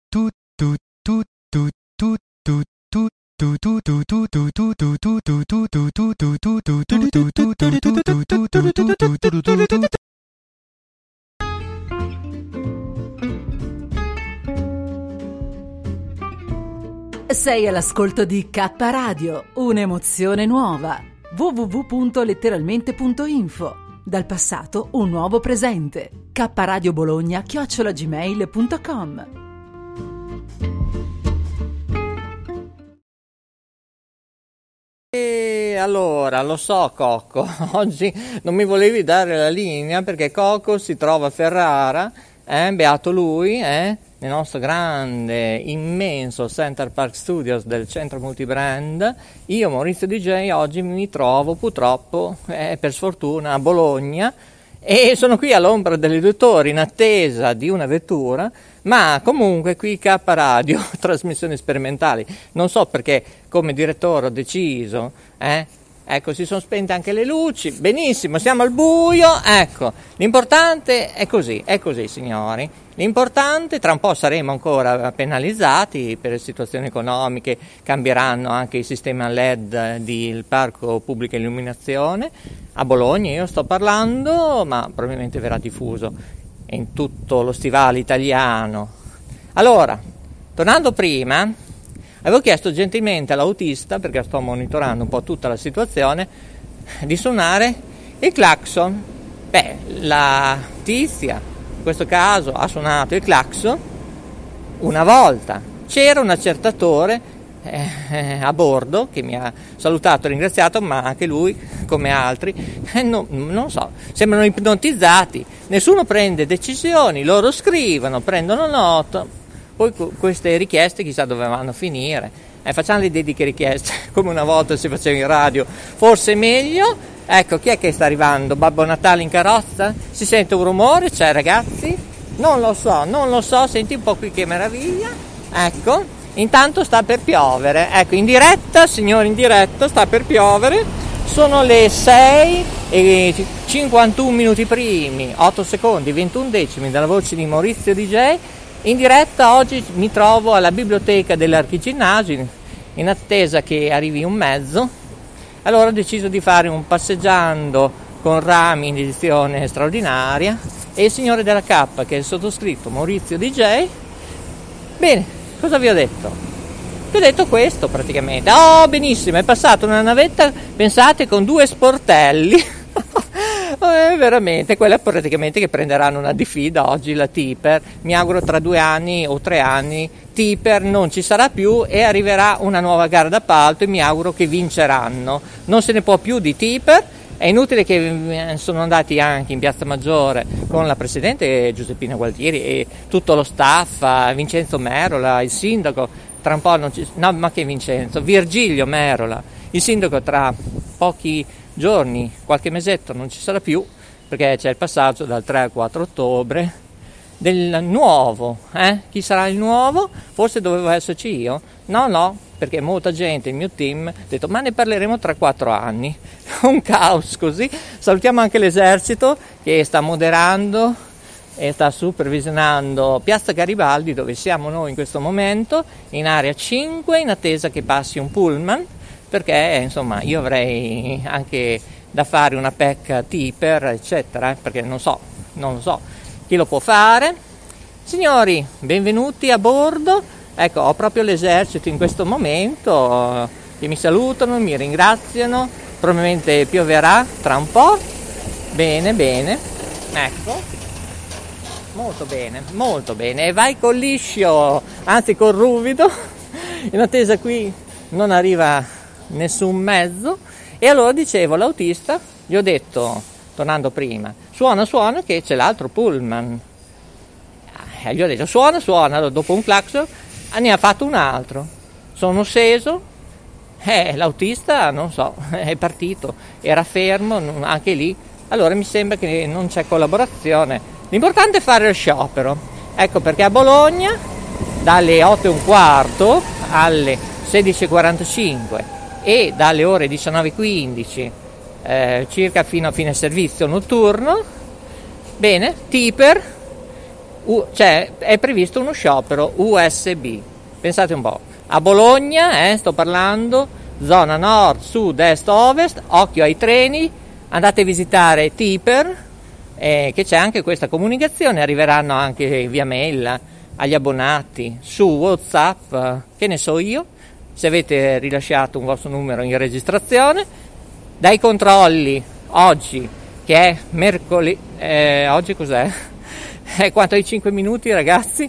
Sei all'ascolto di K Radio, un'emozione nuova. www.letteralmente.info. Dal passato un nuovo presente. kradiobologna@gmail.com. E allora, lo so Cocco, oggi non mi volevi dare la linea perché Cocco si trova a Ferrara, beato lui, nel nostro grande, immenso Center Park Studios del centro multibrand. Io, Maurizio DJ, oggi mi trovo purtroppo, per sfortuna, a Bologna e sono qui all'ombra delle due torri in attesa di una vettura, ma comunque qui K Radio, trasmissioni sperimentali, non so perché come direttore ho deciso, ecco, si sono spente anche le luci, benissimo, siamo al buio, ecco, l'importante è così signori, l'importante, tra un po' saremo ancora penalizzati per le situazioni economiche, cambieranno anche il sistema LED del parco pubblica illuminazione, a Bologna io sto parlando, ma probabilmente verrà diffuso in tutto lo stivale italiano. Allora, tornando prima, avevo chiesto gentilmente all'autista, perché sto monitorando un po' tutta la situazione, di suonare il clacson. La tizia, in questo caso, ha suonato il clacson una volta. C'era un accertatore a bordo che mi ha salutato e ringraziato, ma anche lui, come altri, non so, sembrano ipnotizzati. Nessuno prende decisioni, loro scrivono, prendono nota. Poi queste richieste chissà dove vanno a finire. Facciamo le dediche richieste come una volta si faceva in radio, forse meglio. Ecco, chi è che sta arrivando? Babbo Natale in carrozza? Si sente un rumore? C'è ragazzi? Non lo so, senti un po' qui che meraviglia. Ecco, intanto sta per piovere. Ecco, in diretta, signori, in diretta sta per piovere. Sono le 6 e 51 minuti primi, 8 secondi, 21 decimi dalla voce di Maurizio DJ. In diretta oggi mi trovo alla biblioteca dell'Archiginnasio in attesa che arrivi un mezzo. Allora ho deciso di fare un passeggiando con rami in edizione straordinaria e il signore della K, che è il sottoscritto Maurizio DJ. Bene, cosa vi ho detto? Vi ho detto questo praticamente. Oh, benissimo, è passata una navetta, pensate, con 2 sportelli. Veramente, quella praticamente che prenderanno una diffida oggi, la Tipper. Mi auguro tra 2 anni o 3 anni Tipper non ci sarà più e arriverà una nuova gara d'appalto e mi auguro che vinceranno. Non se ne può più di Tipper. È inutile che sono andati anche in Piazza Maggiore con la presidente Giuseppina Gualtieri e tutto lo staff, Vincenzo Merola, il sindaco, tra un po' Virgilio Merola, il sindaco tra pochi giorni, qualche mesetto non ci sarà più perché c'è il passaggio dal 3 al 4 ottobre del nuovo, chi sarà il nuovo? Forse dovevo esserci io? No, perché molta gente, il mio team, ha detto ma ne parleremo tra 4 anni, un caos così. Salutiamo anche l'esercito che sta moderando e sta supervisionando Piazza Garibaldi dove siamo noi in questo momento, in area 5, in attesa che passi un pullman, perché insomma io avrei anche da fare una pecca Tipper eccetera, perché non lo so chi lo può fare. Signori, benvenuti a bordo. Ecco, ho proprio l'esercito in questo momento che mi salutano, mi ringraziano, probabilmente pioverà tra un po'. Bene, ecco, molto bene, e vai col liscio, anzi col ruvido, in attesa qui non arriva nessun mezzo. E allora dicevo, l'autista, gli ho detto, tornando prima, suona che c'è l'altro pullman. Gli ho detto suona, allora, dopo un clacson ne ha fatto un altro, sono sceso, l'autista non so, è partito, era fermo anche lì. Allora mi sembra che non c'è collaborazione, l'importante è fare lo sciopero. Ecco perché a Bologna dalle 8:15 alle 16:45 e dalle ore 19:15 circa fino a fine servizio notturno, bene, Tipper cioè è previsto uno sciopero USB. Pensate un po', a Bologna, sto parlando, zona nord, sud, est, ovest, occhio ai treni, andate a visitare Tiper, che c'è anche questa comunicazione, arriveranno anche via mail agli abbonati, su WhatsApp, che ne so io, se avete rilasciato un vostro numero in registrazione. Dai controlli oggi, che è mercoledì, oggi cos'è? Quanto ai 5 minuti, ragazzi?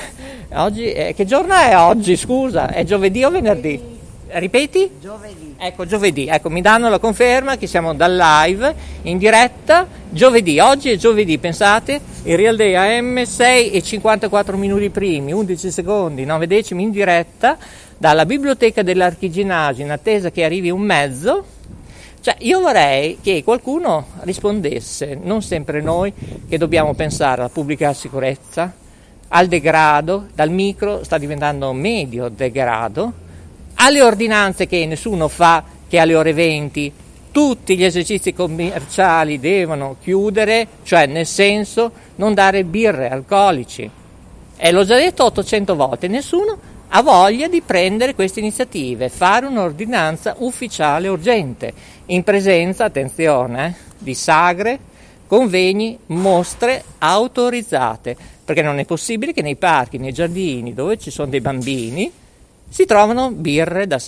Oggi, che giorno è oggi, scusa? È giovedì o venerdì? Ripeti? Giovedì. Ecco, giovedì. Ecco, mi danno la conferma che siamo dal live, in diretta, giovedì. Oggi è giovedì, pensate? Il Real Day AM 6 e 54 minuti primi, 11 secondi, 9 decimi in diretta, dalla biblioteca dell'Archiginasio, in attesa che arrivi un mezzo. Cioè, io vorrei che qualcuno rispondesse, non sempre noi che dobbiamo pensare alla pubblica sicurezza, al degrado, dal micro sta diventando medio degrado, alle ordinanze che nessuno fa, che alle ore 20 tutti gli esercizi commerciali devono chiudere, cioè nel senso non dare birre, alcolici. E l'ho già detto 800 volte, nessuno ha voglia di prendere queste iniziative, fare un'ordinanza ufficiale urgente, in presenza, attenzione, di sagre, convegni, mostre autorizzate, perché non è possibile che nei parchi, nei giardini dove ci sono dei bambini si trovano birre da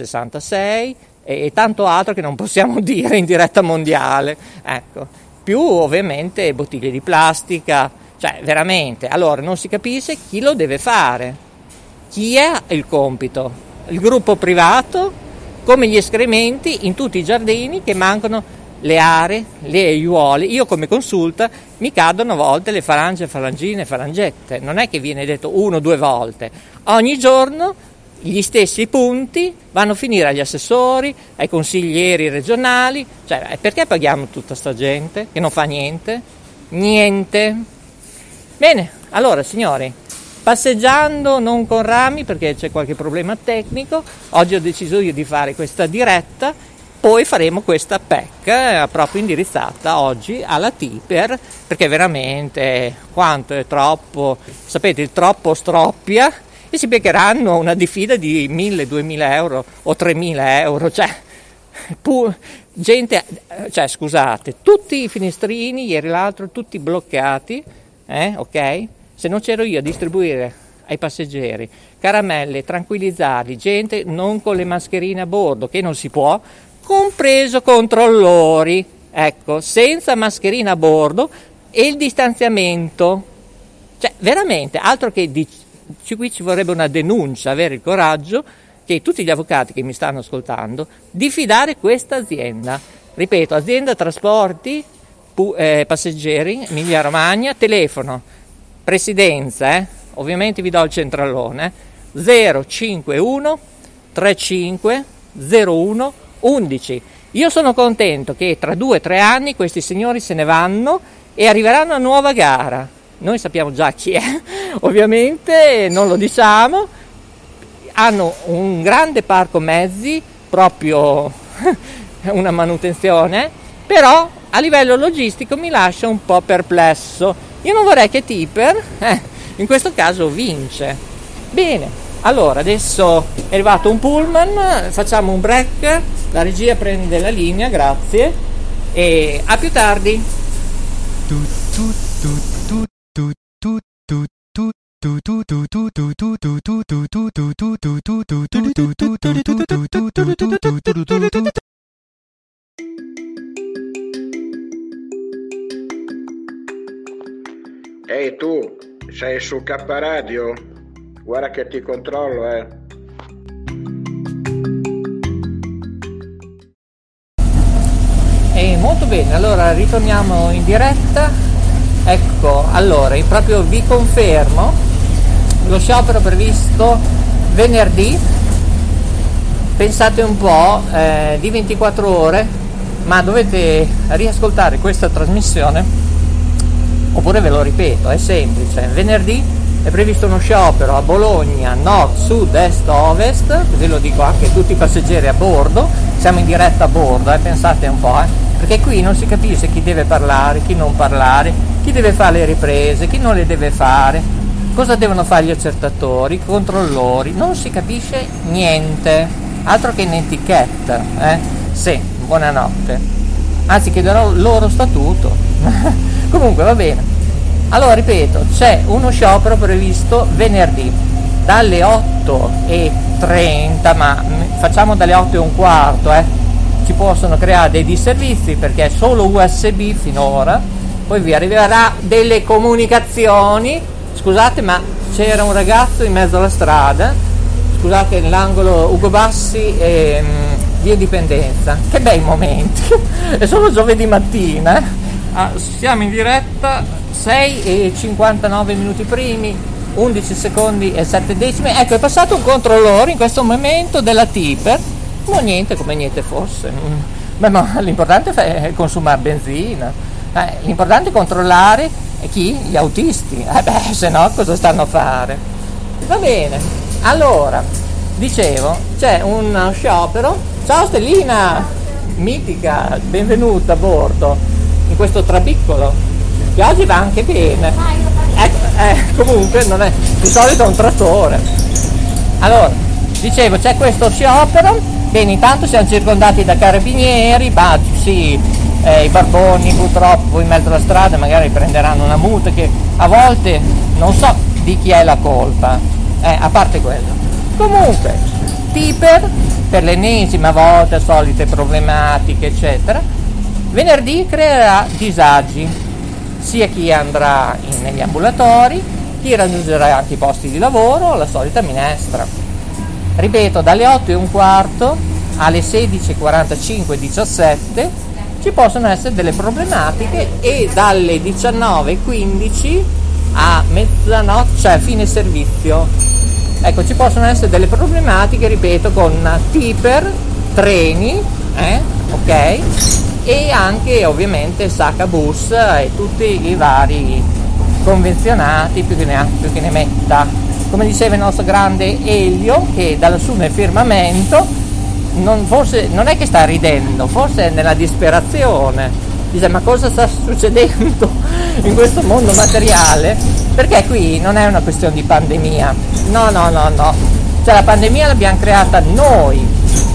66 e tanto altro che non possiamo dire in diretta mondiale, ecco, più ovviamente bottiglie di plastica, cioè veramente, allora non si capisce chi lo deve fare. Chi è il compito? Il gruppo privato, come gli escrementi in tutti i giardini che mancano le aree, le aiuole. Io come consulta mi cadono a volte le falange, falangine, falangette. Non è che viene detto 1 o 2 volte. Ogni giorno gli stessi punti vanno a finire agli assessori, ai consiglieri regionali. Cioè, perché paghiamo tutta sta gente che non fa niente? Niente. Bene, allora signori, passeggiando non con rami perché c'è qualche problema tecnico, oggi ho deciso io di fare questa diretta, poi faremo questa PEC proprio indirizzata oggi alla Tiper, perché veramente quanto è troppo, sapete, il troppo stroppia e si beccheranno una diffida di 1.000-2.000 euro o 3.000 euro, cioè gente, cioè scusate, tutti i finestrini ieri l'altro tutti bloccati, ok? Se non c'ero io a distribuire ai passeggeri caramelle, tranquillizzarli, gente non con le mascherine a bordo, che non si può, compreso controllori, ecco, senza mascherina a bordo e il distanziamento. Cioè, veramente, altro che qui ci vorrebbe una denuncia, avere il coraggio, che tutti gli avvocati che mi stanno ascoltando, di fidare questa azienda. Ripeto, azienda trasporti passeggeri, Emilia Romagna, telefono. Presidenza, ovviamente vi do il centralone, 051 35 01 11. Io sono contento che tra 2 o 3 anni questi signori se ne vanno e arriveranno a nuova gara. Noi sappiamo già chi è, ovviamente non lo diciamo, hanno un grande parco mezzi, proprio una manutenzione, però a livello logistico mi lascia un po' perplesso. Io non vorrei che Tiper, in questo caso, vince. Bene, allora adesso è arrivato un pullman, facciamo un break, la regia prende la linea, grazie, e a più tardi. Ehi tu, sei su K Radio? Guarda che ti controllo, Molto bene, allora ritorniamo in diretta. Ecco, allora proprio vi confermo lo sciopero previsto venerdì, pensate un po', di 24 ore, ma dovete riascoltare questa trasmissione oppure ve lo ripeto, è semplice. Venerdì è previsto uno sciopero a Bologna, nord, sud, est, ovest, così lo dico anche a tutti i passeggeri a bordo, siamo in diretta a bordo, pensate un po', perché qui non si capisce chi deve parlare, chi non parlare, chi deve fare le riprese, chi non le deve fare, cosa devono fare gli accertatori, i controllori, non si capisce niente, altro che in etichetta, Sì, buonanotte. Anzi, chiederò loro statuto. Comunque va bene. Allora, ripeto, c'è uno sciopero previsto venerdì dalle 8:30, ma facciamo dalle 8:15, ci possono creare dei disservizi perché è solo USB finora, poi vi arriverà delle comunicazioni. Scusate, ma c'era un ragazzo in mezzo alla strada, scusate, nell'angolo Ugo Bassi e Via Dipendenza, che bei momenti. È solo giovedì mattina, siamo in diretta 6:59 minuti primi, 11 secondi e 7 decimi. Ecco, è passato un controllore in questo momento della Tiper, ma niente, come niente fosse. Beh, ma l'importante è consumare benzina, l'importante è controllare chi? Gli autisti, se no cosa stanno a fare? Va bene, allora, dicevo, c'è un sciopero. Ciao Stellina, mitica, benvenuta a bordo in questo trabiccolo, che oggi va anche bene. Comunque non è, di solito è un trattore. Allora, dicevo, c'è questo sciopero. Bene, intanto siamo circondati da carabinieri, sì, i barboni purtroppo in mezzo alla strada magari prenderanno una multa che a volte non so di chi è la colpa, a parte quello. Comunque, Tiper, per l'ennesima volta, solite problematiche, eccetera, venerdì creerà disagi, sia chi andrà negli ambulatori, chi raggiungerà anche i posti di lavoro, la solita minestra. Ripeto, dalle 8:15 alle 16:45-17 ci possono essere delle problematiche, e dalle 19:15 a mezzanotte, cioè fine servizio, ecco, ci possono essere delle problematiche, ripeto, con Tiper, treni, ok, e anche ovviamente Sacabus e tutti i vari convenzionati, più che ne metta. Come diceva il nostro grande Elio, che da lassù nel firmamento forse non è che sta ridendo, forse è nella disperazione, dice: ma cosa sta succedendo in questo mondo materiale? Perché qui non è una questione di pandemia, no, cioè la pandemia l'abbiamo creata noi,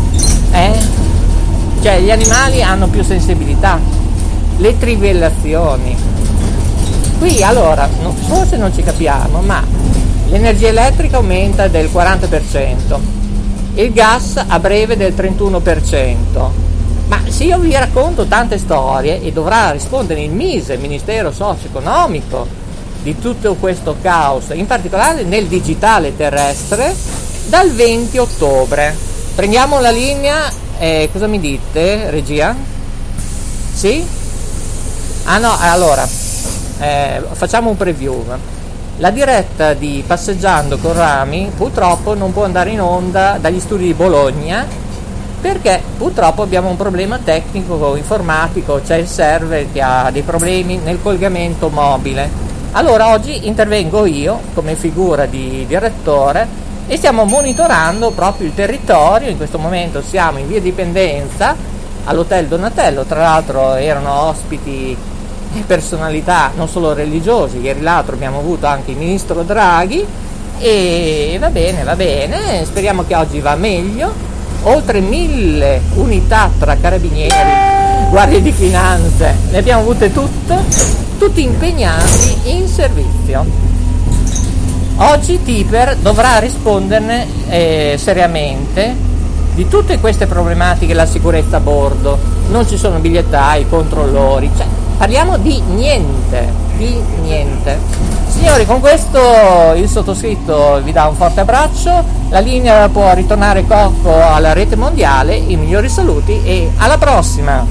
cioè gli animali hanno più sensibilità, le trivellazioni. Qui allora forse non ci capiamo, ma l'energia elettrica aumenta del 40%, il gas a breve del 31%. Ma se io vi racconto tante storie, e dovrà rispondere il MISE, il Ministero Socio-Economico, di tutto questo caos, in particolare nel digitale terrestre, dal 20 ottobre. Prendiamo la linea, cosa mi dite, regia? Sì? No, allora, facciamo un preview. La diretta di Passeggiando con Rami purtroppo non può andare in onda dagli studi di Bologna, perché purtroppo abbiamo un problema tecnico informatico, c'è il server che ha dei problemi nel collegamento mobile. Allora oggi intervengo io come figura di direttore e stiamo monitorando proprio il territorio. In questo momento siamo in Via Dipendenza all'Hotel Donatello, tra l'altro erano ospiti personalità non solo religiosi, ieri l'altro abbiamo avuto anche il ministro Draghi, e va bene, speriamo che oggi va meglio. Oltre 1000 unità tra carabinieri, guardie di finanze, ne abbiamo avute tutti impegnati in servizio. Oggi Tiper dovrà risponderne seriamente di tutte queste problematiche, la sicurezza a bordo, non ci sono bigliettai, controllori, cioè parliamo di niente. Signori, con questo il sottoscritto vi dà un forte abbraccio, la linea può ritornare Cocco alla rete mondiale, i migliori saluti e alla prossima.